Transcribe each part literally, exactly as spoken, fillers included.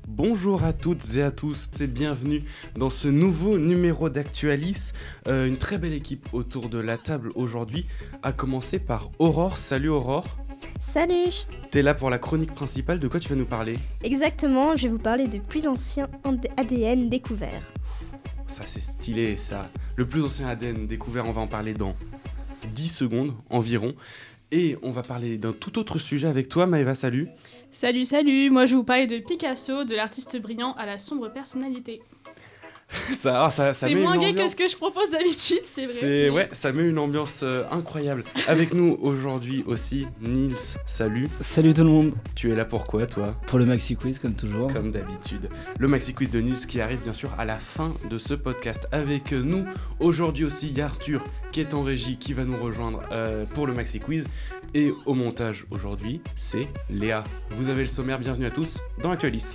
Bonjour à toutes et à tous, et bienvenue dans ce nouveau numéro d'Actualis. Euh, une très belle équipe autour de la table aujourd'hui, à commencer par Aurore. Salut Aurore. Salut. T'es là pour la chronique principale, de quoi tu vas nous parler ? Exactement, je vais vous parler du plus ancien A D N découvert. Ça c'est stylé ça. Le plus ancien A D N découvert, on va en parler dans dix secondes environ. Et on va parler d'un tout autre sujet avec toi, Maëva, salut. Salut, salut, moi je vais vous parler de Picasso, de l'artiste brillant à la sombre personnalité. ça, ah, ça, ça c'est met moins une gay ambiance... que ce que je propose d'habitude, c'est vrai. C'est... Mais... Ouais, ça met une ambiance euh, incroyable. Avec nous aujourd'hui aussi, Nils, salut. Salut tout le monde. Tu es là pour quoi, toi ? Pour le Maxi Quiz, comme toujours. Comme d'habitude. Le Maxi Quiz de Nils qui arrive bien sûr à la fin de ce podcast. Avec nous, aujourd'hui aussi, il y a Arthur qui est en régie, qui va nous rejoindre euh, pour le Maxi Quiz. Et au montage aujourd'hui, c'est Léa. Vous avez le sommaire, bienvenue à tous dans Actualis.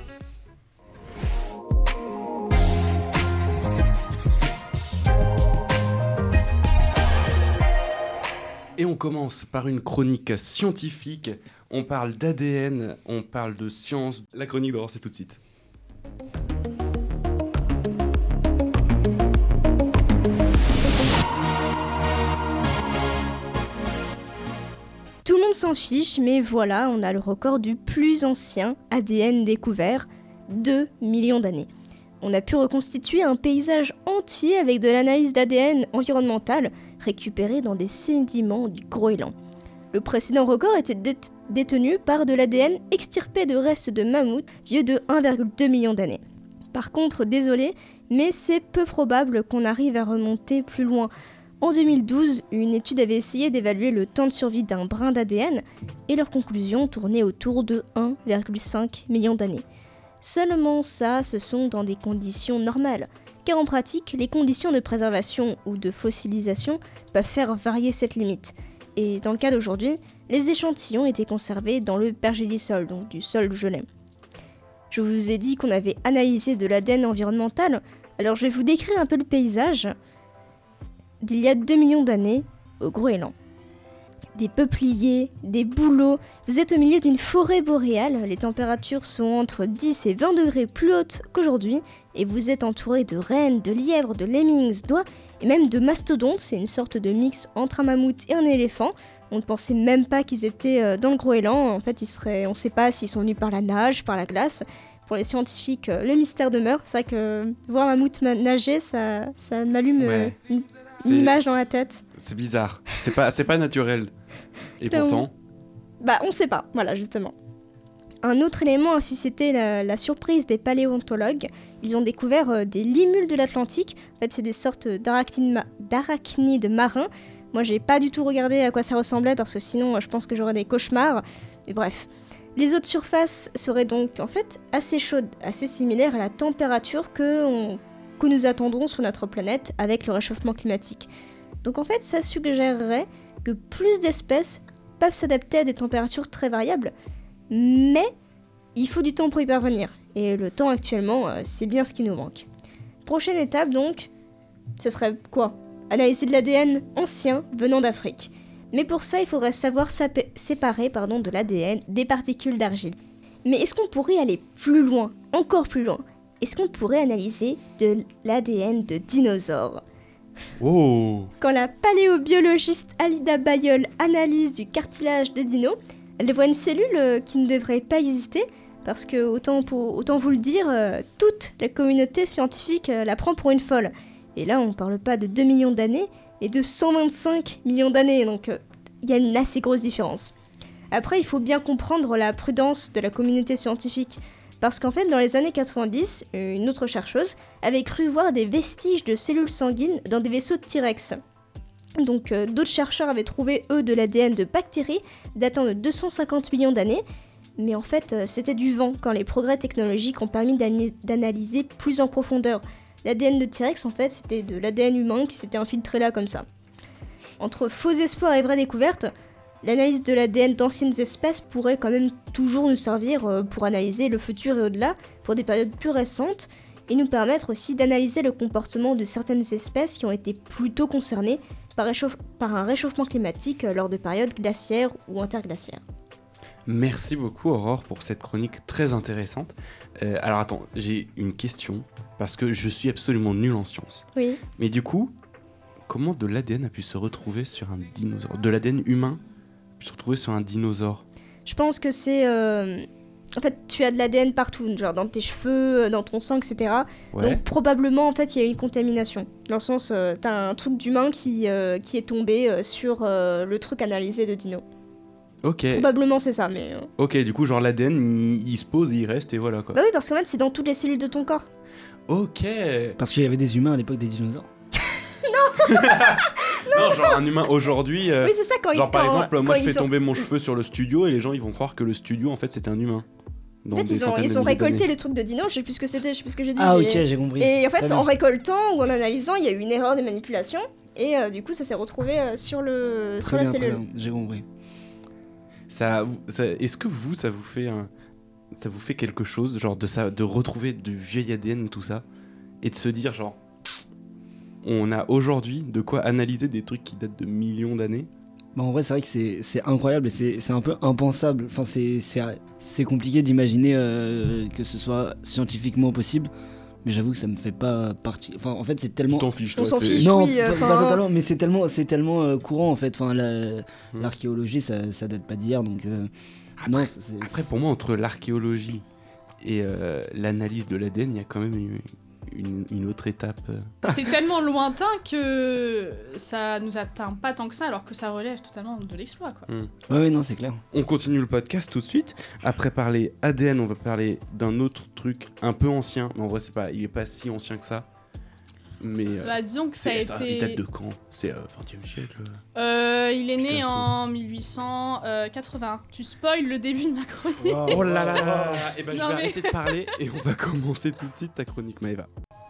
Et on commence par une chronique scientifique. On parle d'A D N, on parle de science. La chronique d'Aurore, c'est tout de suite. Tout le monde s'en fiche, mais voilà, on a le record du plus ancien A D N découvert, deux millions d'années. On a pu reconstituer un paysage entier avec de l'analyse d'A D N environnementale récupérée dans des sédiments du Groenland. Le précédent record était dé- détenu par de l'A D N extirpé de restes de mammouths vieux de un virgule deux million d'années. Par contre, désolé, mais c'est peu probable qu'on arrive à remonter plus loin. En deux mille douze, une étude avait essayé d'évaluer le temps de survie d'un brin d'A D N et leurs conclusions tournaient autour de un virgule cinq million d'années. Seulement ça, ce sont dans des conditions normales, car en pratique, les conditions de préservation ou de fossilisation peuvent faire varier cette limite. Et dans le cas d'aujourd'hui, les échantillons étaient conservés dans le pergélisol, donc du sol gelé. Je vous ai dit qu'on avait analysé de l'A D N environnemental, alors je vais vous décrire un peu le paysage d'il y a deux millions d'années au Groenland. Des peupliers, des bouleaux, vous êtes au milieu d'une forêt boréale, les températures sont entre dix et vingt degrés plus hautes qu'aujourd'hui, et vous êtes entouré de rennes, de lièvres, de lemmings, d'oies, et même de mastodontes, c'est une sorte de mix entre un mammouth et un éléphant. On ne pensait même pas qu'ils étaient dans le Groenland, en fait ils seraient, on ne sait pas s'ils sont venus par la nage, par la glace. Pour les scientifiques, le mystère demeure, c'est vrai que voir un mammouth nager, ça, ça m'allume Ouais. une, une C'est... image dans la tête. C'est bizarre, c'est pas, c'est pas naturel. Et Donc, pourtant... Bah, on sait pas, voilà, justement. Un autre élément a suscité la, la surprise des paléontologues. Ils ont découvert euh, des limules de l'Atlantique. En fait, c'est des sortes d'arachnides, ma- d'arachnides marins. Moi, j'ai pas du tout regardé à quoi ça ressemblait parce que sinon, euh, je pense que j'aurais des cauchemars. Mais bref. Les eaux de surface seraient donc, en fait, assez chaudes, assez similaires à la température que, on, que nous attendrons sur notre planète avec le réchauffement climatique. Donc, en fait, ça suggérerait que plus d'espèces peuvent s'adapter à des températures très variables, mais il faut du temps pour y parvenir. Et le temps actuellement, euh, c'est bien ce qui nous manque. Prochaine étape donc, ce serait quoi ? Analyser de l'A D N ancien venant d'Afrique. Mais pour ça, il faudrait savoir sapé- séparer pardon, de l'A D N des particules d'argile. Mais est-ce qu'on pourrait aller plus loin, encore plus loin ? Est-ce qu'on pourrait analyser de l'A D N de dinosaures ? Oh. Quand la paléobiologiste Alida Bayol analyse du cartilage de dino, elle voit une cellule euh, qui ne devrait pas exister, parce que, autant, pour, autant vous le dire, euh, toute la communauté scientifique euh, la prend pour une folle. Et là, on ne parle pas de deux millions d'années, mais de cent vingt-cinq millions d'années, donc il euh, y a une assez grosse différence. Après, il faut bien comprendre la prudence de la communauté scientifique, parce qu'en fait, dans les années quatre-vingt-dix, une autre chercheuse avait cru voir des vestiges de cellules sanguines dans des vaisseaux de T-Rex. Donc euh, d'autres chercheurs avaient trouvé, eux, de l'A D N de bactéries datant de deux cent cinquante millions d'années, mais en fait, euh, c'était du vent quand les progrès technologiques ont permis d'ana- d'analyser plus en profondeur. L'A D N de T-Rex, en fait, c'était de l'A D N humain qui s'était infiltré là comme ça. Entre faux espoirs et vraies découvertes, l'analyse de l'A D N d'anciennes espèces pourrait quand même toujours nous servir euh, pour analyser le futur et au-delà, pour des périodes plus récentes, et nous permettre aussi d'analyser le comportement de certaines espèces qui ont été plutôt concernées par, réchauffe- par un réchauffement climatique euh, lors de périodes glaciaires ou interglaciaires. Merci beaucoup Aurore pour cette chronique très intéressante. Euh, alors attends, j'ai une question, parce que je suis absolument nul en sciences. Oui. Mais du coup, comment de l'A D N a pu se retrouver sur un dinosaure ? De l'A D N humain a pu se retrouver sur un dinosaure ? Je pense que c'est... euh, En fait, tu as de l'A D N partout, genre dans tes cheveux, dans ton sang, et cetera. Ouais. Donc probablement, en fait, il y a eu une contamination. Dans le sens, euh, t'as un truc d'humain qui, euh, qui est tombé euh, sur euh, le truc analysé de dino. Ok. Probablement, c'est ça, mais... euh, Ok, du coup, genre l'A D N, il, il se pose, il reste et voilà quoi. Bah oui, parce qu'en fait, c'est dans toutes les cellules de ton corps. Ok. Parce qu'il y avait des humains à l'époque des dinosaures. Non, genre un humain aujourd'hui. euh, Oui, c'est ça, quand genre ils... par quand- exemple, moi quand je fais ils ont- tomber mon cheveu sur le studio et les gens ils vont croire que le studio en fait c'était un humain. Dans En fait, des ils ont, centaines ils de ont milliers récolté d'années. le truc de dino, je sais plus ce que c'était, je sais plus ce que j'ai dit. Ah mais- ok, j'ai compris. Et en Très fait, bien. en récoltant ou en analysant, il y a eu une erreur de manipulation, et euh, du coup, ça s'est retrouvé euh, sur, le, sur Très la bien, très cellule. bien, j'ai compris. Ça, ça- est-ce que vous, ça vous fait un, ça vous fait quelque chose, genre de ça, de retrouver du vieil A D N et tout ça, et de se dire genre, on a aujourd'hui de quoi analyser des trucs qui datent de millions d'années. Bah, en vrai, c'est vrai que c'est, c'est incroyable et c'est, c'est un peu impensable. Enfin, c'est, c'est, c'est compliqué d'imaginer euh, que ce soit scientifiquement possible. Mais j'avoue que ça me fait pas partie. Enfin, en fait, c'est Tu tellement. t'en fiches, On toi. s'en c'est- fiche. Non, oui, euh, pas- enfin- pas totalement, mais c'est tellement, c'est tellement euh, courant en fait. Enfin, la- Hmm. l'archéologie, ça, ça date pas d'hier, donc. euh, Après- non, c'est- c'est- Après, pour moi, entre l'archéologie et euh, l'analyse de l'A D N, il y a quand même une, une- une autre étape. euh. C'est tellement lointain que ça nous atteint pas tant que ça, alors que ça relève totalement de l'exploit, quoi. Ouais, ouais, non, c'est clair. On continue le podcast tout de suite. Après parler A D N, on va parler d'un autre truc un peu ancien. Mais en vrai, c'est pas, il est pas si ancien que ça. Mais euh, Bah, disons que ça a c'est- ça, il date été. de quand ? C'est euh, vingtième siècle. Euh, il est né Picasso. en mille huit cent quatre-vingts. Tu spoil le début de ma chronique. Oh là là là. Et ben je Non, vais mais- arrêter de parler et on va commencer tout de suite ta chronique, Maëva.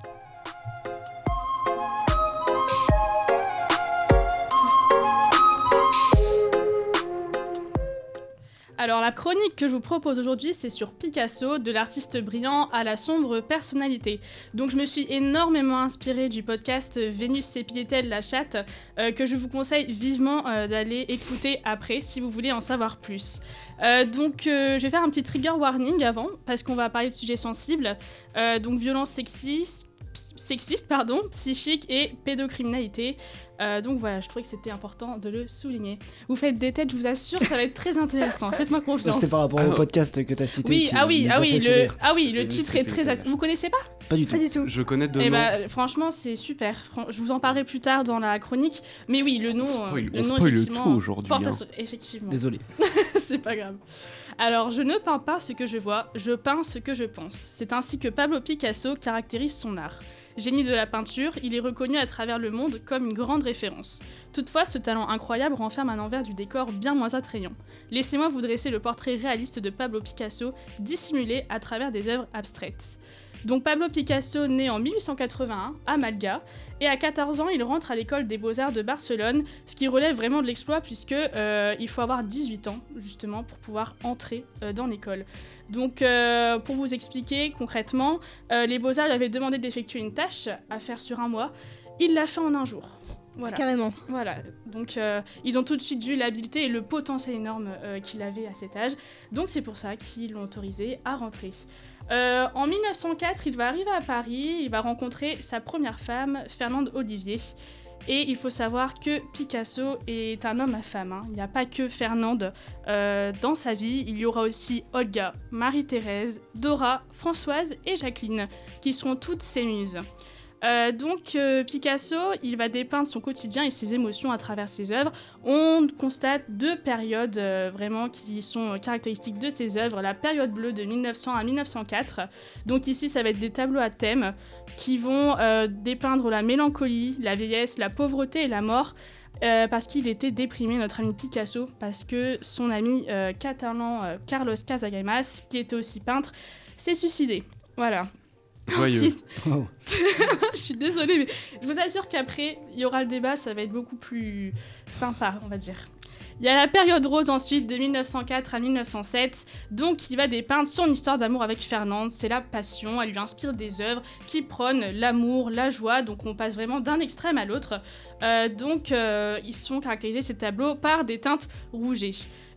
Alors la chronique que je vous propose aujourd'hui, c'est sur Picasso, de l'artiste brillant à la sombre personnalité. Donc je me suis énormément inspirée du podcast Vénus s'épilait-elle la chatte, euh, que je vous conseille vivement euh, d'aller écouter après si vous voulez en savoir plus. Euh, donc euh, je vais faire un petit trigger warning avant, parce qu'on va parler de sujets sensibles, euh, donc violence sexiste, sexiste pardon, psychique et pédocriminalité. Euh, donc voilà, je trouvais que c'était important de le souligner. Vous faites des têtes, je vous assure, ça va être très intéressant. Faites-moi Ça, confiance. c'était par rapport Ah au non. podcast que t'as cité. Oui, qui ah oui, nous a ah fait oui, le, sourire. ah oui, le Vénus titre est très. s'épilait-elle. att- Vous connaissez pas? Pas du tout. Pas du tout. Je connais deux Eh noms. bah, franchement, c'est super. Fran- Je vous en parlerai plus tard dans la chronique. Mais oui, le nom. On spoil- euh, le on nom, spoil effectivement, tout aujourd'hui, porte à hein. so- Effectivement. Désolé. C'est pas grave. Alors, je ne peins pas ce que je vois, je peins ce que je pense. C'est ainsi que Pablo Picasso caractérise son art. Génie de la peinture, il est reconnu à travers le monde comme une grande référence. Toutefois, ce talent incroyable renferme un envers du décor bien moins attrayant. Laissez-moi vous dresser le portrait réaliste de Pablo Picasso, dissimulé à travers des œuvres abstraites. Donc Pablo Picasso naît en mille huit cent quatre-vingt-un à Malaga, et à quatorze ans, il rentre à l'école des Beaux-Arts de Barcelone, ce qui relève vraiment de l'exploit puisque euh, il faut avoir dix-huit ans justement pour pouvoir entrer euh, dans l'école. Donc euh, pour vous expliquer concrètement, euh, les Beaux-Arts lui avaient demandé d'effectuer une tâche à faire sur un mois, il l'a fait en un jour. Voilà. Carrément. Voilà, donc euh, ils ont tout de suite vu l'habileté et le potentiel énorme euh, qu'il avait à cet âge, donc c'est pour ça qu'ils l'ont autorisé à rentrer. Euh, en mille neuf cent quatre, il va arriver à Paris, il va rencontrer sa première femme, Fernande Olivier. Et il faut savoir que Picasso est un homme à femme, hein. Il n'y a pas que Fernande euh, dans sa vie, il y aura aussi Olga, Marie-Thérèse, Dora, Françoise et Jacqueline, qui seront toutes ses muses. Euh, donc euh, Picasso, il va dépeindre son quotidien et ses émotions à travers ses œuvres. On constate deux périodes euh, vraiment qui sont caractéristiques de ses œuvres. La période bleue de mille neuf cents à mille neuf cent quatre. Donc ici, ça va être des tableaux à thème qui vont euh, dépeindre la mélancolie, la vieillesse, la pauvreté et la mort. Euh, parce qu'il était déprimé, notre ami Picasso, parce que son ami euh, catalan euh, Carlos Casagemas, qui était aussi peintre, s'est suicidé. Voilà. Joyeux. Ensuite, Wow. je suis désolée, mais je vous assure qu'après, il y aura le débat, ça va être beaucoup plus sympa, on va dire. Il y a la période rose ensuite, de mille neuf cent quatre à mille neuf cent sept, donc il va dépeindre son histoire d'amour avec Fernande, c'est la passion, elle lui inspire des œuvres qui prônent l'amour, la joie, donc on passe vraiment d'un extrême à l'autre. Euh, donc euh, ils sont caractérisés, ces tableaux, par des teintes rougées.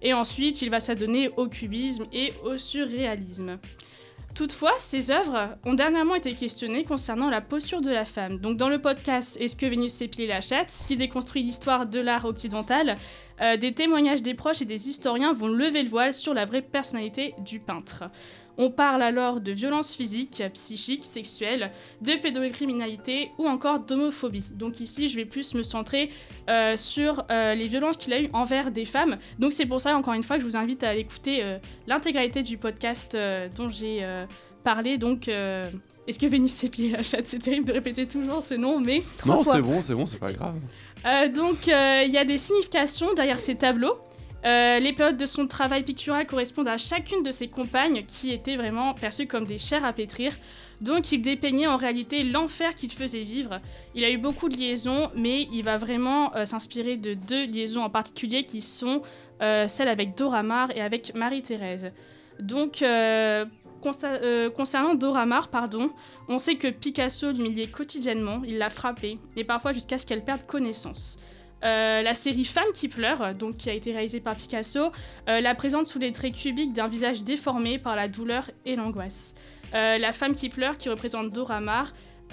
Et ensuite, il va s'adonner au cubisme et au surréalisme. Toutefois, ses œuvres ont dernièrement été questionnées concernant la posture de la femme. Donc dans le podcast « Est-ce que Vénus s'épilait la chatte ?», qui déconstruit l'histoire de l'art occidental, euh, des témoignages des proches et des historiens vont lever le voile sur la vraie personnalité du peintre. On parle alors de violences physiques, psychiques, sexuelles, de pédocriminalité ou encore d'homophobie. Donc ici, je vais plus me centrer euh, sur euh, les violences qu'il a eues envers des femmes. Donc c'est pour ça, encore une fois, que je vous invite à aller écouter euh, l'intégralité du podcast euh, dont j'ai euh, parlé. Donc, euh, est-ce que Vénus s'épilait la chatte ? C'est terrible de répéter toujours ce nom, mais trois Non, fois. c'est bon, c'est bon, c'est pas grave. Euh, donc, il euh, y a des significations derrière ces tableaux. Euh, les périodes de son travail pictural correspondent à chacune de ses compagnes qui étaient vraiment perçues comme des chairs à pétrir. Donc il dépeignait en réalité l'enfer qu'il faisait vivre. Il a eu beaucoup de liaisons, mais il va vraiment euh, s'inspirer de deux liaisons en particulier qui sont euh, celles avec Dora Maar et avec Marie-Thérèse. Donc euh, consta- euh, concernant Dora Maar, pardon, on sait que Picasso l'humiliait quotidiennement, il l'a frappée, et parfois jusqu'à ce qu'elle perde connaissance. Euh, la série Femme qui pleure, donc qui a été réalisée par Picasso, euh, la présente sous les traits cubiques d'un visage déformé par la douleur et l'angoisse. Euh, la femme qui pleure, qui représente Dora Maar,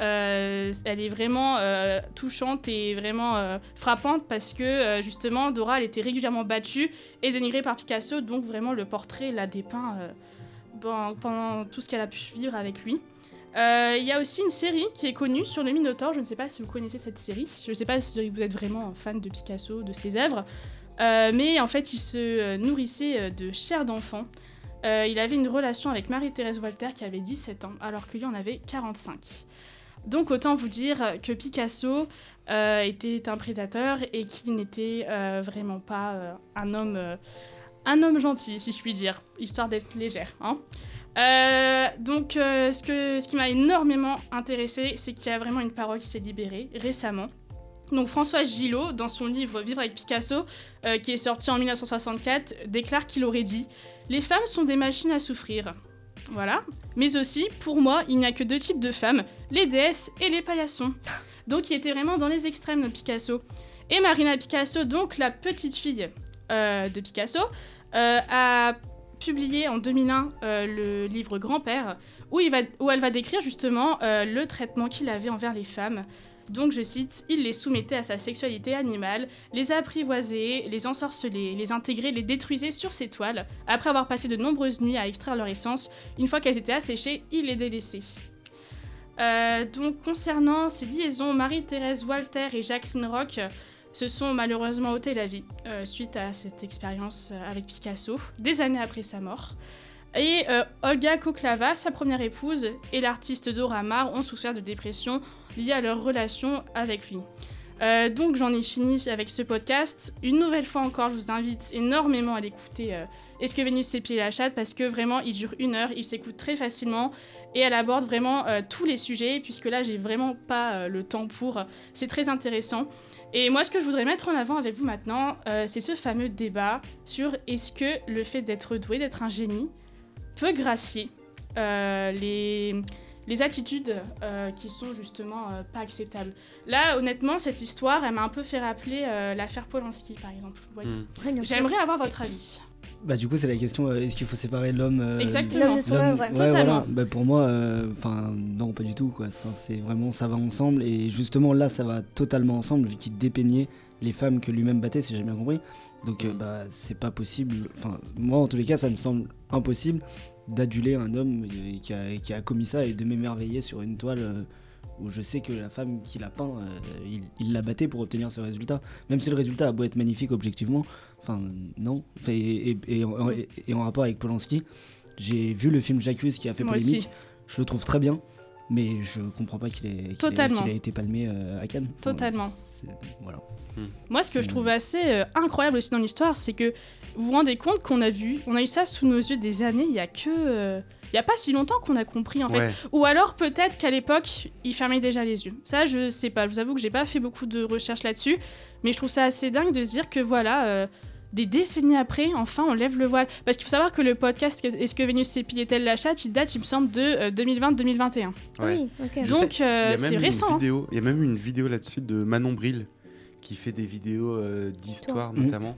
euh, elle est vraiment euh, touchante et vraiment euh, frappante parce que euh, justement Dora elle était régulièrement battue et dénigrée par Picasso, donc vraiment le portrait l'a dépeint euh, bon, pendant tout ce qu'elle a pu vivre avec lui. Il euh, y a aussi une série qui est connue sur le Minotaure, je ne sais pas si vous connaissez cette série, je ne sais pas si vous êtes vraiment fan de Picasso, de ses œuvres, euh, mais en fait il se nourrissait de chair d'enfant. Euh, il avait une relation avec Marie-Thérèse Walter qui avait dix-sept ans, alors que lui en avait quarante-cinq. Donc autant vous dire que Picasso euh, était un prédateur et qu'il n'était euh, vraiment pas euh, un homme, euh, un homme gentil, si je puis dire, histoire d'être légère, hein. Euh, donc euh, ce, que, ce qui m'a énormément intéressée, c'est qu'il y a vraiment une parole qui s'est libérée récemment. Donc Françoise Gillot, dans son livre Vivre avec Picasso, euh, qui est sorti en dix-neuf cent soixante-quatre, déclare qu'il aurait dit « Les femmes sont des machines à souffrir ». Voilà. Mais aussi, pour moi, il n'y a que deux types de femmes, les déesses et les paillassons. Donc il était vraiment dans les extrêmes, notre Picasso. Et Marina Picasso, donc la petite fille euh, de Picasso, euh, a publié en deux mille un euh, le livre Grand-père, où, il va, où elle va décrire justement euh, le traitement qu'il avait envers les femmes. Donc, je cite, « Il les soumettait à sa sexualité animale, les apprivoisait, les ensorcelait, les intégrait, les détruisait sur ses toiles. Après avoir passé de nombreuses nuits à extraire leur essence, une fois qu'elles étaient asséchées, il les délaissait. Euh, » Donc, concernant ces liaisons, Marie-Thérèse Walter et Jacqueline Roch se sont malheureusement ôté la vie euh, suite à cette expérience avec Picasso, des années après sa mort. Et euh, Olga Koklava, sa première épouse, et l'artiste Dora Maar ont souffert de dépression liée à leur relation avec lui. Euh, donc j'en ai fini avec ce podcast. Une nouvelle fois encore, je vous invite énormément à l'écouter. Euh, Est-ce que Vénus s'épilait la chatte ? Parce que vraiment, il dure une heure, il s'écoute très facilement et elle aborde vraiment euh, tous les sujets, puisque là, j'ai vraiment pas euh, le temps pour. C'est très intéressant. Et moi, ce que je voudrais mettre en avant avec vous maintenant, euh, c'est ce fameux débat sur est-ce que le fait d'être doué, d'être un génie, peut gracier euh, les, les attitudes euh, qui sont justement euh, pas acceptables. Là, honnêtement, cette histoire, elle m'a un peu fait rappeler euh, l'affaire Polanski, par exemple. Vous voyez. Mmh. Ouais, bien sûr. J'aimerais avoir votre avis. Bah du coup c'est la question, euh, est-ce qu'il faut séparer l'homme euh, Exactement. L'homme de son l'homme- œuvre, ouais. ouais, Totalement. voilà. Bah, pour moi, enfin non pas du tout quoi. Enfin, c'est vraiment ça va ensemble et justement là ça va totalement ensemble vu qu'il dépeignait les femmes que lui-même battait si j'ai bien compris. Donc euh, bah c'est pas possible. Enfin moi en tous les cas ça me semble impossible d'aduler un homme euh, qui a, qui a commis ça et de m'émerveiller sur une toile euh, où je sais que la femme qui l'a peint, euh, il, il l'a batté pour obtenir ce résultat. Même si le résultat a beau être magnifique objectivement, enfin non. Enfin, et, et, et, en, et- et en rapport avec Polanski, j'ai vu le film J'accuse qui a fait Moi polémique. aussi. Je le trouve très bien, mais je comprends pas qu'il ait, qu'il ait- Totalement. qu'il a été palmé euh, à Cannes. Enfin, Totalement. c'est- voilà. Moi, ce que C'est- je trouve assez euh, incroyable aussi dans l'histoire, c'est que vous vous rendez compte qu'on a vu, on a eu ça sous nos yeux des années, il y a que... euh, il y a pas si longtemps qu'on a compris, en fait. Ouais. Ou alors, peut-être qu'à l'époque, il fermait déjà les yeux. Ça, je sais pas. Je vous avoue que j'ai pas fait beaucoup de recherches là-dessus, mais je trouve ça assez dingue de se dire que, voilà... euh, des décennies après, enfin, on lève le voile. Parce qu'il faut savoir que le podcast « Est-ce que Vénus s'épilait-elle la chatte ?» il date, il me semble, de euh, deux mille vingt deux mille vingt et un. Ouais. Oui, ok. Je Donc, sais, euh, il y a c'est même récent, Une hein. vidéo, il y a même une vidéo là-dessus de Manon Bril qui fait des vidéos euh, d'histoire Mhm. notamment.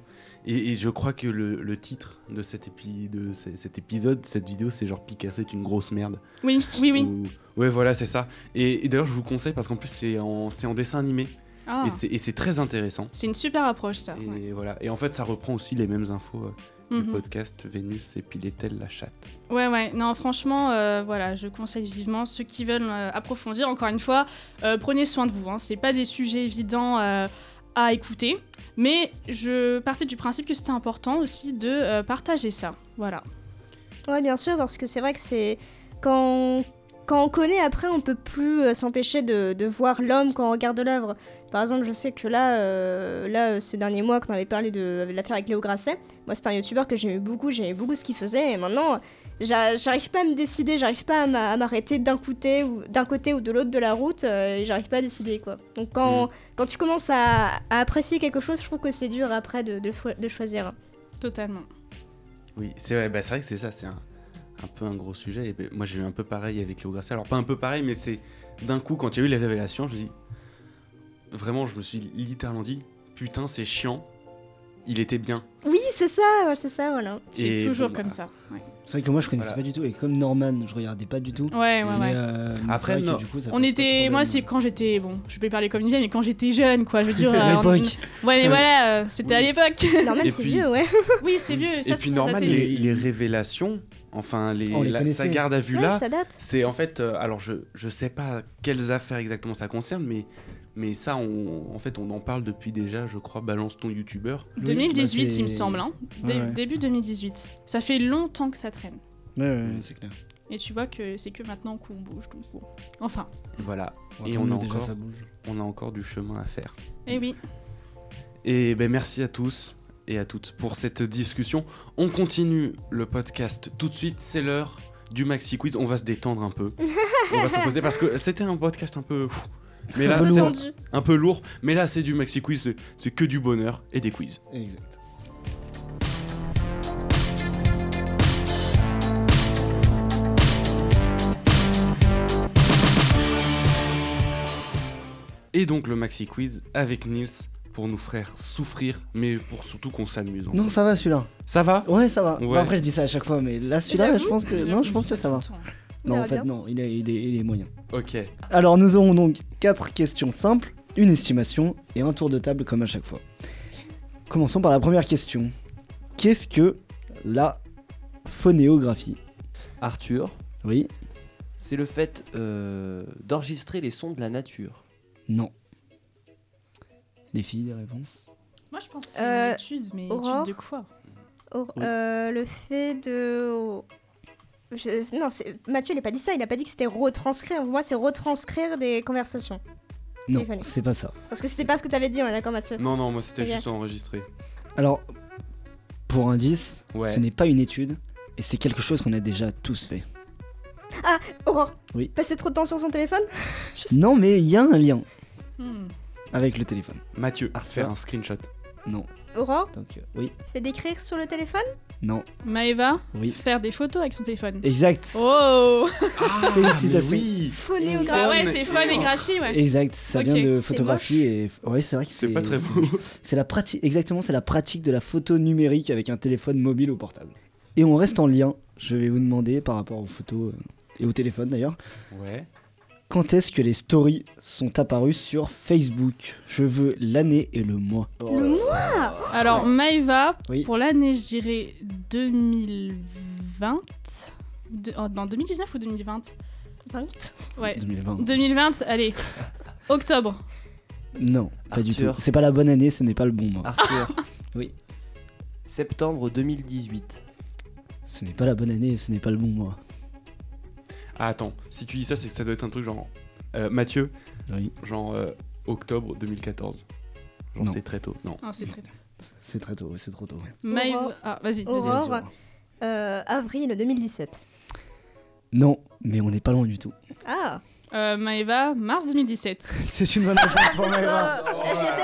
Et, et je crois que le, le titre de cet, épi, de c- cet épisode, cette vidéo, c'est genre Picasso est une grosse merde. Oui, oui, oui. Ou- Ouais, voilà, c'est ça. Et, et d'ailleurs, je vous conseille parce qu'en plus, c'est en, c'est en dessin animé. Ah, Et, c'est, et c'est très intéressant. c'est une super approche, ça. Et, Ouais. voilà. Et en fait, ça reprend aussi les mêmes infos euh, du Mhm. podcast Vénus et Piletel la chatte. Ouais, ouais, non, franchement, euh, voilà, je conseille vivement ceux qui veulent euh, approfondir. Encore une fois, euh, prenez soin de vous. Hein. C'est pas des sujets évidents euh, à écouter, mais je partais du principe que c'était important aussi de euh, partager ça. Voilà. Ouais, bien sûr, parce que c'est vrai que c'est quand quand on connaît, après, on peut plus euh, s'empêcher de, de voir l'homme quand on regarde l'œuvre. Par exemple, je sais que là, euh, là, euh, ces derniers mois, qu'on avait parlé de, de l'affaire avec Léo Grasset, moi, c'était un youtubeur que j'aimais beaucoup, j'aimais beaucoup ce qu'il faisait, et maintenant, j'a- j'arrive pas à me décider, j'arrive pas à m'a- à m'arrêter d'un côté ou d'un côté ou de l'autre de la route, euh, et j'arrive pas à décider, quoi. Donc, quand, Mm. quand tu commences à, à apprécier quelque chose, je trouve que c'est dur après de, de, cho- de choisir. Totalement. Oui, c'est vrai, bah, c'est vrai que c'est ça, c'est un, un peu un gros sujet. Et ben, moi, j'ai eu un peu pareil avec Léo Grasset. Alors, pas un peu pareil, mais c'est d'un coup, quand il y a eu les révélations, je me dis. Vraiment, je me suis littéralement dit putain, c'est chiant, il était bien. Oui, c'est ça, ouais, c'est ça, voilà. C'est Et toujours bon, comme bah, ça. Ouais, C'est vrai que moi je connaissais Voilà. pas du tout, et comme Norman, je regardais pas du tout. ouais, ouais. Mais, ouais. euh, mais Après, c'est vrai que non. du coup, ça On pose pas de était, problème. moi c'est quand j'étais, bon, je vais parler comme une vieille, mais quand j'étais jeune, quoi, je veux dire. À euh, on- l'époque. Ouais, mais voilà, euh, c'était à Oui. l'époque. Normal, Et c'est puis- vieux, ouais. Oui, c'est vieux. Ça, Et puis, ça normal, datait de- les, les révélations, enfin, les, On les la, connaissait. sa garde à vue Ouais, là, ça date. c'est en fait. euh, alors, je, je sais pas quelles affaires exactement ça concerne, mais. Mais ça, on, en fait, on en parle depuis déjà, je crois, Balance ton youtubeur. Oui, deux mille dix-huit, bah, c'est- il me semble. Hein. Dé- Ouais, ouais. Début deux mille dix-huit. Ça fait longtemps que ça traîne. Ouais, ouais, c'est clair. Et tu vois que c'est que maintenant qu'on bouge. Donc bon. Enfin, Voilà. Bon, Et tant on a, mieux, déjà encore, ça bouge. on a encore du chemin à faire. eh oui. Et ben merci à tous et à toutes pour cette discussion. On continue le podcast tout de suite, c'est l'heure du Maxi Quiz. On va se détendre un peu. On va se poser parce que c'était un podcast un peu fou. Mais là, Un peu c'est lourd. Tendu. un peu lourd. Mais là, c'est du Maxi Quiz, c'est- c'est que du bonheur et des quiz. Exact. Et donc le Maxi Quiz avec Nils pour nous faire souffrir, mais pour surtout qu'on s'amuse. en Non, fait. ça va celui-là. Ça va Ouais, ça va. Ouais. Bon, après, je dis ça à chaque fois, mais là, celui-là, J'avoue. je pense que. Non, je pense que ça va. On Non, en verra fait, bien. non, il est, il est, il est moyen. Ok. Alors, nous aurons donc quatre questions simples, une estimation et un tour de table comme à chaque fois. Commençons par la première question. Qu'est-ce que la phonéographie? Arthur, Oui, c'est le fait euh, d'enregistrer les sons de la nature. non. Les filles, des réponses? Moi, je pense que c'est Euh, une étude, mais Aurore étude de quoi? Or- Oui. euh, le fait de. Je- Non, c'est- Mathieu, il n'a pas dit ça, il n'a pas dit que c'était retranscrire. Pour moi, c'est retranscrire des conversations. Non, Téléphonique. c'est pas ça. Parce que c'était pas ce que tu avais dit, on est d'accord, Mathieu. Non, non, moi c'était Ok. juste enregistré. Alors, pour indice, Ouais. ce n'est pas une étude et c'est quelque chose qu'on a déjà tous fait. Aurore Oui. Passer trop de temps sur son téléphone Non, mais il y a un lien Hmm. avec le téléphone. Mathieu, Arthur. faire un screenshot. Non. Aurore Donc, euh, oui. Fait d'écrire sur le téléphone Non. Maëva, Oui. faire des photos avec son téléphone. Exact. Oh Ah, Félicitations. mais oui. Ah Phonéographie. ouais, mais- c'est fun et graphie, ouais. Exact, ça Ok. vient de C'est photographie et ouais, c'est vrai que C'est c'est pas très c'est- beau. C'est la pratique exactement, c'est la pratique de la photo numérique avec un téléphone mobile ou portable. Et on reste en lien. Je vais vous demander par rapport aux photos euh, et au téléphone d'ailleurs, Ouais. quand est-ce que les stories sont apparues sur Facebook? Je veux l'année et le mois. Le mois Alors, Maëva, Oui. pour l'année, je dirais deux mille vingt. De... Oh, non, deux mille dix-neuf ou deux mille vingt? vingt. Ouais. deux mille vingt. deux mille vingt, allez. Octobre. Non, pas du tout. Arthur. C'est pas la bonne année, ce n'est pas le bon mois. Arthur. Oui. Septembre deux mille dix-huit. Ce n'est pas la bonne année, ce n'est pas le bon mois. Ah, attends, si tu dis ça, c'est que ça doit être un truc genre. euh, Mathieu, Oui, genre euh, octobre deux mille quatorze. Genre Non. c'est très tôt. Non. Oh, c'est très tôt. c'est très tôt, c'est trop tôt. ouais. Maëva. Aurore. Ah, vas-y, vas-y. Aurore. vas-y. Euh, avril deux mille dix-sept. Non, mais on n'est pas loin du tout. Ah Euh, Maëva, mars deux mille dix-sept. C'est une bonne réponse pour Maëva. Putain, J'étais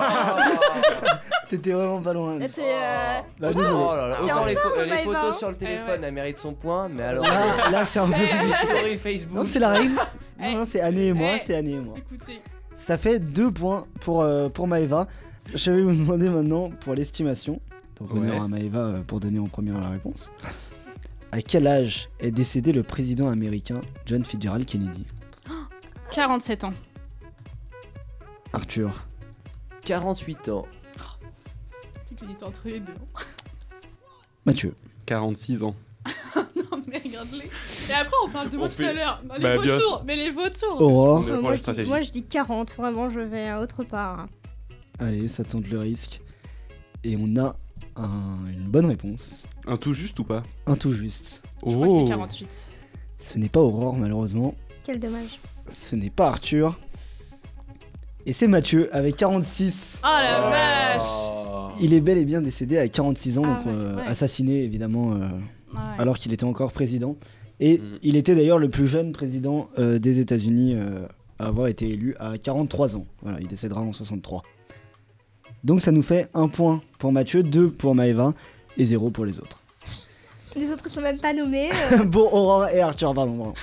pas T'étais vraiment pas loin. loin. T'es, euh, Bah, désolé. Oh là là, T'es autant en les, pho- forme, euh, les Maëva. photos sur le Eh téléphone, ouais. elles méritent son point, mais alors. Là, là, c'est un peu plus les difficile. stories Facebook. Non, c'est la règle. Eh. Non, non, c'est année et mois, Eh. c'est année et mois. Écoutez. Ça fait deux points pour, euh, pour Maëva. Je vais vous demander maintenant pour l'estimation. Donc honneur Ouais. à Maëva euh, pour donner en première la réponse. À quel âge est décédé le président américain John Fitzgerald Kennedy? quarante-sept ans. Arthur. quarante-huit ans. C'est qu'il était entre les deux. Mathieu. quarante-six ans. Non mais regarde-les. Et après on parle de moi On tout fait- à l'heure. Non, les Bah, bien vautours, mais les vautours. Aurore. On est Euh, pour moi, la je dis, stratégie. moi je dis quarante, vraiment je vais à autre part. Allez, ça tente le risque. Et on a un- une bonne réponse. Un tout juste ou pas? Un tout juste. Je crois que Oh. c'est quarante-huit. Ce n'est pas Aurore malheureusement. Quel dommage. Ce n'est pas Arthur. Et c'est Mathieu avec quarante-six. Oh la vache. Oh. Il est bel et bien décédé à quarante-six ans, Ah donc ouais, euh, ouais. assassiné évidemment euh, Ouais. alors qu'il était encore président. Et Mm. il était d'ailleurs le plus jeune président euh, des États-Unis euh, à avoir été élu à quarante-trois ans. Voilà, il décédera en soixante-trois. Donc ça nous fait un point pour Mathieu, deux pour Maëva et zéro pour les autres. Les autres sont même pas nommés. euh, Bon, Aurore et Arthur, pardon. pardon.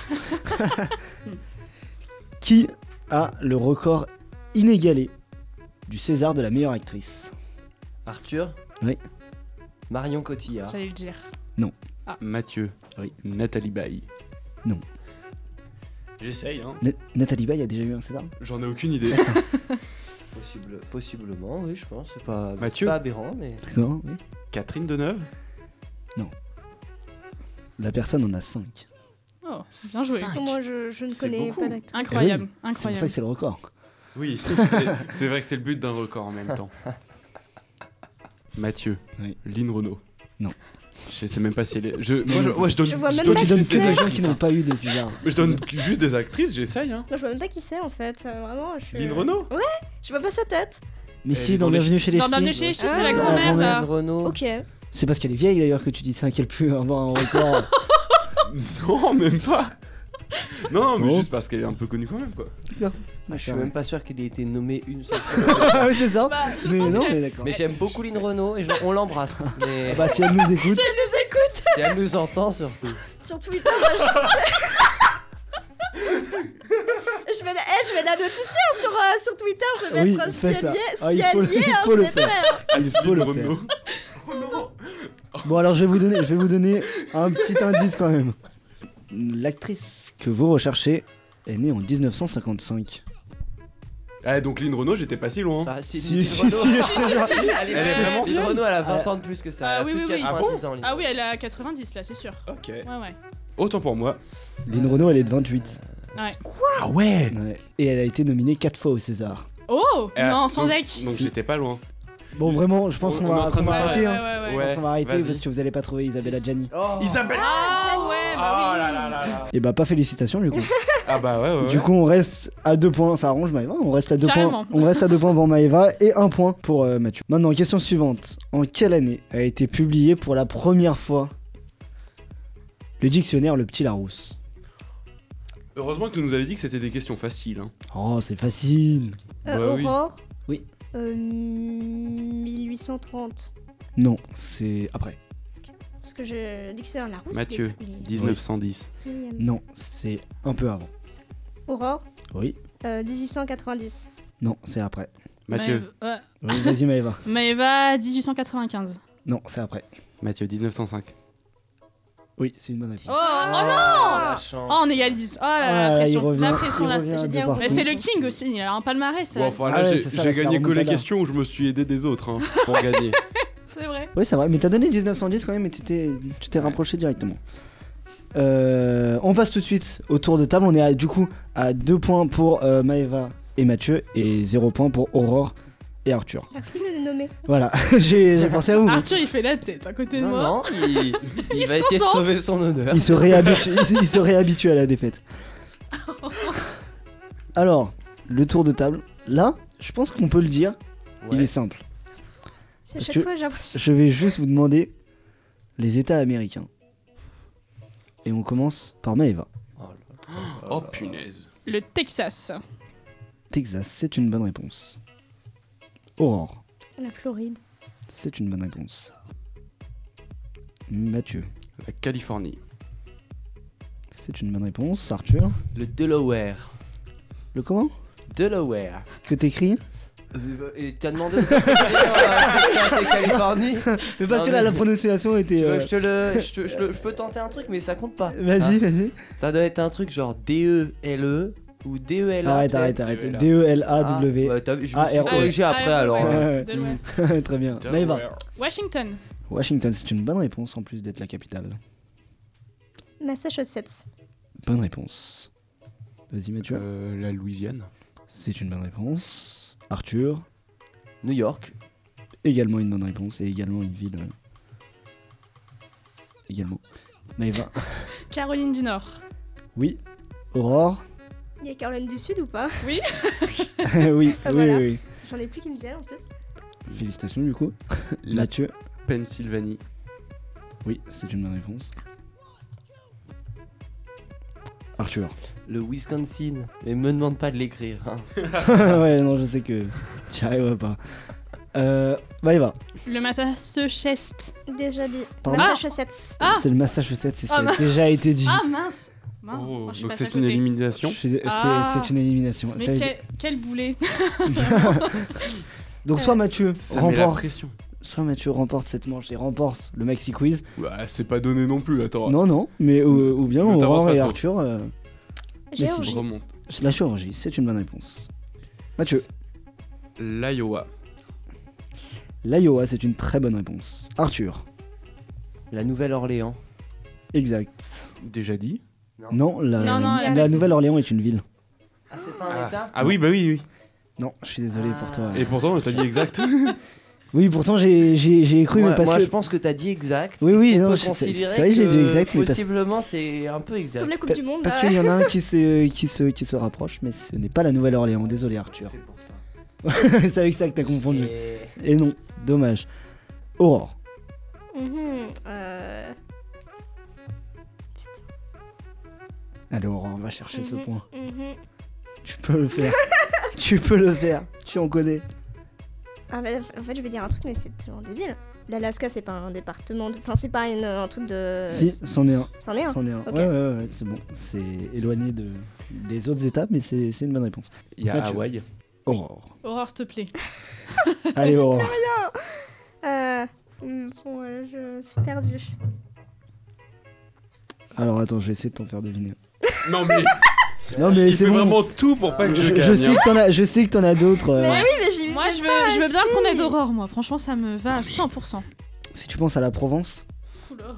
Qui a le record inégalé du César de la meilleure actrice? Arthur. Oui. Marion Cotillard. J'allais le dire. Mathieu. Oui. Nathalie Baye. Non. J'essaye, hein. Na- Nathalie Baye a déjà eu un César? J'en ai aucune idée. Possible, possiblement, oui, je pense. C'est pas, Mathieu. c'est pas aberrant, mais. D'accord, oui. Catherine Deneuve. La personne en a cinq. Oh, bien joué. parce que moi je, je ne C'est connais beaucoup. pas d'acteur. Incroyable, C'est pour ça incroyable. que c'est le record. Oui, c'est- c'est vrai que c'est le but d'un record en même temps. Mathieu. Oui. Lynn Renault. Non. Je sais même pas si elle est. Je, moi, je, ouais, je donne, Je vois je même donne pas Tu qui donnes juste que des des gens actrices. qui n'ont pas eu de César. Je donne juste des actrices, j'essaye. Hein. Moi je vois même pas qui c'est en fait. euh, Vraiment, je suis. Lynn Renault. Je vois pas sa tête. Mais Elle si, est dans dans les Bienvenue chez les Dans Ch'tis. Bienvenue chez les Ch'tis, c'est la Ah, grand-mère la là. Renault. Ok. C'est parce qu'elle est vieille d'ailleurs que tu dis ça, qu'elle peut avoir un record. Non, même pas. Non, mais Bon. juste parce qu'elle est un peu connue quand même, quoi. Je suis même pas sûr qu'il ait été nommé une seule fois. Ah oui, c'est ça. Bah, je Mais pense non, que- mais d'accord. Mais j'aime beaucoup Lynn Renault et je- on l'embrasse. Mais Ah bah, si elle nous écoute. si elle nous entend surtout. Sur Twitter, moi, je... je vais la... eh, je vais la notifier hein, sur, euh, sur Twitter. Je vais Oui, mettre fais si ça. elle y est, si Ah, il faut elle le- y est, il hein, faut je le vais faire. faire. Il faut le Lynn faire. Renault. Oh non. Bon alors je vais vous donner, je vais vous donner un petit indice quand même. L'actrice que vous recherchez est née en dix-neuf cent cinquante-cinq. Ah, donc Lynn Renault, j'étais pas si loin. Bah, c'est Si, Lynn si, Renault. si, je te jure. Elle est, Elle est vraiment Lynn vieille. Renault, elle a vingt ans de plus que ça. Ah Elle a oui, plus oui, de oui. quatre-vingt-dix ans. Lynn Ah oui, elle a quatre-vingt-dix là, c'est sûr. Ok. Ouais, ouais. Autant pour moi. Lynn Renault, elle est de vingt-huit. Ah ouais. Ouais. Et elle a été nominée quatre fois au César. Oh Euh, non, sans donc- deck. Donc Si. j'étais pas loin. Bon vraiment, je pense On- qu'on on est va, en train qu'on de va Ouais, arrêter. ouais, hein. ouais, ouais, Je ouais. pense qu'on va arrêter vas-y. parce que vous allez pas trouver Isabelle Adjani. Oh. Isabelle. Ah ouais, bah Oh oui. là là là là. Et bah pas félicitations du coup. Ah bah ouais, ouais. Du ouais. coup on reste à deux points, ça arrange Maëva, on reste à deux Carrément. points. On reste à deux points pour Maëva et un point pour euh, Mathieu. Maintenant question suivante. En quelle année a été publié pour la première fois le dictionnaire Le Petit Larousse? Heureusement que tu nous avais dit que c'était des questions faciles. Hein. Oh c'est facile. Euh, Bah oui. Aurore. Oui. Euh, mille huit cent trente. Non, c'est après. Parce que je dictionnaire Larousse. Mathieu, il est- il est- dix-neuf cent dix. c'est millième. Non, c'est un peu avant. Aurore. Oui. Euh, dix-huit cent quatre-vingt-dix. Non, c'est après. Mathieu, Maëva- ouais. Oui, vas-y Maëva. Maëva, dix-huit cent quatre-vingt-quinze. Non, c'est après. Mathieu, dix-neuf cent cinq. Oui, c'est une bonne réponse. Oh, oh non la chance. Oh, on égalise. Oh la, Ah, la il pression. revient, La pression il là. revient J'ai de dit un partout. Mais c'est le King aussi, il a un palmarès. Bon, enfin, Ah là, ouais, j'ai c'est ça, j'ai là, c'est gagné la que les remontada. questions où je me suis aidé des autres hein, pour gagner. C'est vrai. Oui, c'est vrai, mais t'as donné dix-neuf cent dix quand même et t'étais- tu t'es rapproché directement. Euh, on passe tout de suite au tour de table. On est à, du coup à deux points pour euh, Maëva et Mathieu et zéro point pour Aurore et Arthur. Merci de nous nommer. Voilà, j'ai j'ai pensé à vous. Arthur, il fait la tête à côté de Non, moi. non, il, il Il va se essayer de concentre. sauver son honneur. Il se réhabitue, il, se- il se réhabitue à la défaite. Alors, le tour de table. Là, je pense qu'on peut le dire. Il Ouais. est simple. À Parce chaque que- fois, j'ai l'impression. Je vais juste vous demander les États américains. Et on commence par Maëva. Oh, là là là Oh là. punaise. Le Texas. Texas, c'est une bonne réponse. Aurore, La Floride. c'est une bonne réponse. Mathieu, La Californie. c'est une bonne réponse. Arthur, Le Delaware. le comment Delaware. que t'écris Euh, Et t'as demandé aux autres de dire euh, que ça c'est Californie. Mais parce Non, que là, mais- la prononciation était. Tu veux euh, que je te le. Je, te- je le- je peux tenter un truc, mais ça compte pas. Vas-y, Hein. vas-y. Ça doit être un truc genre D E L E ou D E L A. Arrête, peut-être. arrête, arrête. D E L A. D E L A W. Ah, ouais, t'as vu, je me A suis R O. corrigé Ah, après ah, alors. ouais. hein. Ouais, Delaware. Très bien. Maëva. Washington. Washington, c'est une bonne réponse en plus d'être la capitale. Massachusetts. Bonne réponse. Vas-y, Mathieu. Euh, la Louisiane. C'est une bonne réponse. Arthur. New York. Également une bonne réponse et également une ville. euh, Également. Maëva. Caroline du Nord. Oui. Aurore. Il y a Caroline du Sud ou pas? oui, Ah, oui, voilà. oui, oui. J'en ai plus qui me viennent en plus. Félicitations du coup. La Mathieu. Pennsylvanie. Oui, c'est une bonne réponse. Arthur. Le Wisconsin. Mais me demande pas de l'écrire. Hein. Ouais, non, je sais que tu n'y arriveras pas. Euh, Maëva. Le Massachusetts. Déjà dit. Pardon Massachusetts. Ah. C'est le Massachusetts et ça Ah, a bah. déjà été dit. Ah mince. Mince. Oh, Oh, je suis donc passée c'est à une côté. élimination. Je suis- C'est Ah. c'est une élimination. Mais Ça- quel, quel boulet. Donc soit Mathieu Ça met la remporte, pression. soit Mathieu remporte cette manche et remporte le maxi quiz. Bah, c'est pas donné non plus, attends. Non, non, mais ou, ou bien Ne t'avance Aurore pas et trop. Arthur. euh, Géorgie. Remonte. la chirurgie, c'est une bonne réponse. Mathieu. L'Iowa. L'Iowa, c'est une très bonne réponse. Arthur. La Nouvelle-Orléans. Exact. Déjà dit. Non, la, Non, non, la la- Nouvelle-Orléans est une ville. Ah, c'est pas un Ah, état Ah oui, bah oui, oui. Non, je suis désolé pour toi. Et pourtant, t'as dit exact. Oui, pourtant j'ai j'ai- j'ai cru, Moi, mais parce moi, que. je pense que t'as dit exact. Oui, oui, On non, peut je- c'est- considérer c'est vrai que j'ai dit que exact, mais parce- possiblement c'est un peu C'est exact. comme la Coupe Pa- du Monde. Parce bah qu'il ouais. y en a un qui se, qui se, qui se rapproche, mais ce n'est pas la Nouvelle-Orléans. Désolé, Arthur. C'est pour ça. C'est avec ça que t'as confondu. Et- Et non, dommage. Aurore. Mhm, euh, Allez, Aurore, on va chercher ce mhm, point. mhm. Tu peux le faire. Tu peux le faire. Tu en connais. Ah bah, en fait, je vais dire un truc, mais c'est tellement débile. L'Alaska, c'est pas un département. de- Enfin, c'est pas une- un truc de. Si, c'en est un. C'en est un. C'en est un. Ok. Ouais, ouais, ouais, c'est bon. C'est éloigné de, des autres étapes, mais c'est c'est une bonne réponse. Il y a Mathieu. Hawaï. Aurore. Aurore, s'il te plaît. Allez, Aurore. Euh, hum, bon, euh, je suis perdue. Alors attends, je vais essayer de t'en faire deviner. Non mais Non, mais il c'est fait bon. vraiment tout pour pas que je, Je, gagne. je sais hein. que t'en as, je sais que t'en as d'autres. euh, Mais oui, mais j'ai Moi, j'ai je pas veux, je veux bien qu'on esprit. aide Aurore, moi. Franchement, ça me va à cent pour cent. Si tu penses à la Provence, Oula.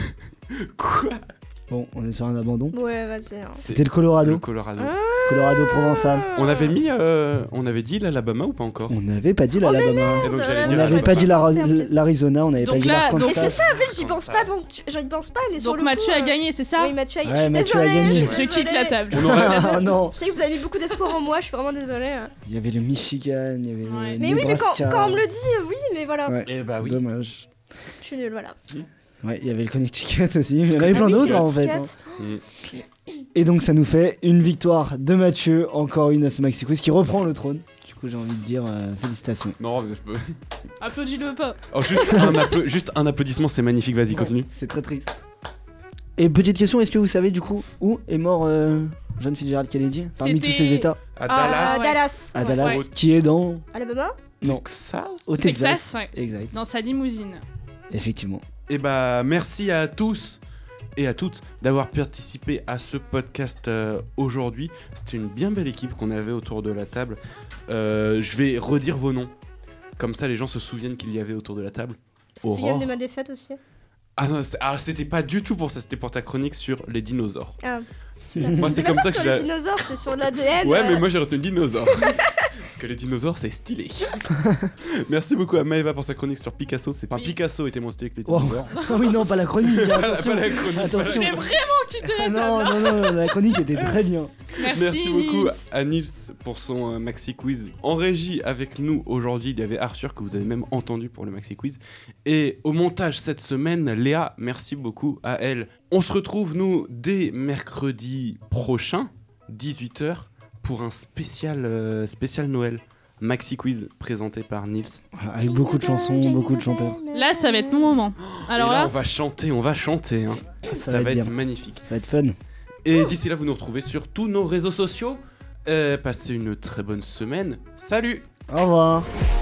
Quoi bon, on est sur un abandon. Ouais, vas-y. hein. C'était le Colorado. Le Colorado. Ah. Colorado provençal. On avait mis, euh, on avait dit l'Alabama ou pas encore On n'avait pas dit l'Alabama. Et donc merde, j'allais On dire n'avait Alabama. pas dit Pensez la- en plus. l'Arizona, on n'avait pas Donc dit là, donc- Mais c'est l'Arkansas. ça, en fait, j'y pense pas, donc tu- j'y pense pas, mais sur Donc le Mathieu coup, a euh, gagné, c'est ça Oui, Mathieu a Ouais, je suis Mathieu a désolée, gagné. suis Je kick désolée. la table. On aurait... Ah non, Je sais que vous avez mis beaucoup d'espoir en moi, je suis vraiment désolée. hein. il y avait le Michigan, il y avait Ouais. le Mais oui, mais quand, Nebraska. quand on me le dit, euh, oui, mais voilà. Ouais, Eh bah oui. dommage. Je suis nulle, voilà. Ouais, il y avait le Connecticut aussi, il y en avait plein Ah oui, d'autres en fait. Connecticut. hein. Mm. Et donc ça nous fait une victoire de Mathieu, encore une à ce Maxi Quiz qui reprend le trône. Du coup j'ai envie de dire euh, félicitations. Non, mais je peux. Applaudis-le pas. Oh, juste, un appla- juste un applaudissement, c'est magnifique. Vas-y, continue. C'est très triste. Et petite question, est-ce que vous savez du coup où est mort euh, John Fitzgerald Kennedy parmi tous C'était- ces états À Ah, Dallas. À ouais. Dallas. à ouais. Dallas, Ouais. qui est dans Alabama non Texas. au Texas. Texas, ouais. Exact. Dans sa limousine. Effectivement. Et bah merci à tous et à toutes d'avoir participé à ce podcast euh, aujourd'hui. C'était une bien belle équipe qu'on avait autour de la table. Euh, je vais redire vos noms. Comme ça les gens se souviennent qu'il y avait autour de la table. Se souviennent Aurore. de ma défaite aussi. Ah non, c'est- ah, c'était pas du tout pour ça, c'était pour ta chronique sur les dinosaures. Ah, C'est- Moi c'est c'est comme même ça pas que sur je les l'ai... dinosaures, c'est sur l'A D N. Ouais, euh, mais moi j'ai retenu dinosaures. Parce que les dinosaures c'est stylé. Merci beaucoup à Maëva pour sa chronique sur Picasso. C'est pas Oui. Picasso était moins stylé que les Wow. dinosaures. Ah oui non pas la chronique. Pas la- attention. pas la chronique, pas la- Je Attention. vais vraiment quitter la Non table. non non la chronique était très bien. Merci, Merci beaucoup Nils. à Nils pour son euh, maxi quiz. En régie avec nous aujourd'hui, il y avait Arthur que vous avez même entendu pour le maxi quiz. Et au montage cette semaine, Léa, merci beaucoup à elle. On se retrouve nous dès mercredi prochain, dix-huit heures, pour un spécial, euh, spécial Noël. Maxi quiz présenté par Nils. Avec beaucoup de chansons, beaucoup de chanteurs. Là, ça va être mon moment. Alors Et là, là, on va chanter, on va chanter. hein. Ça, Ça, va être bien. magnifique. Ça va être fun. Et d'ici là, vous nous retrouvez sur tous nos réseaux sociaux. Euh, passez une très bonne semaine. Salut! Au revoir.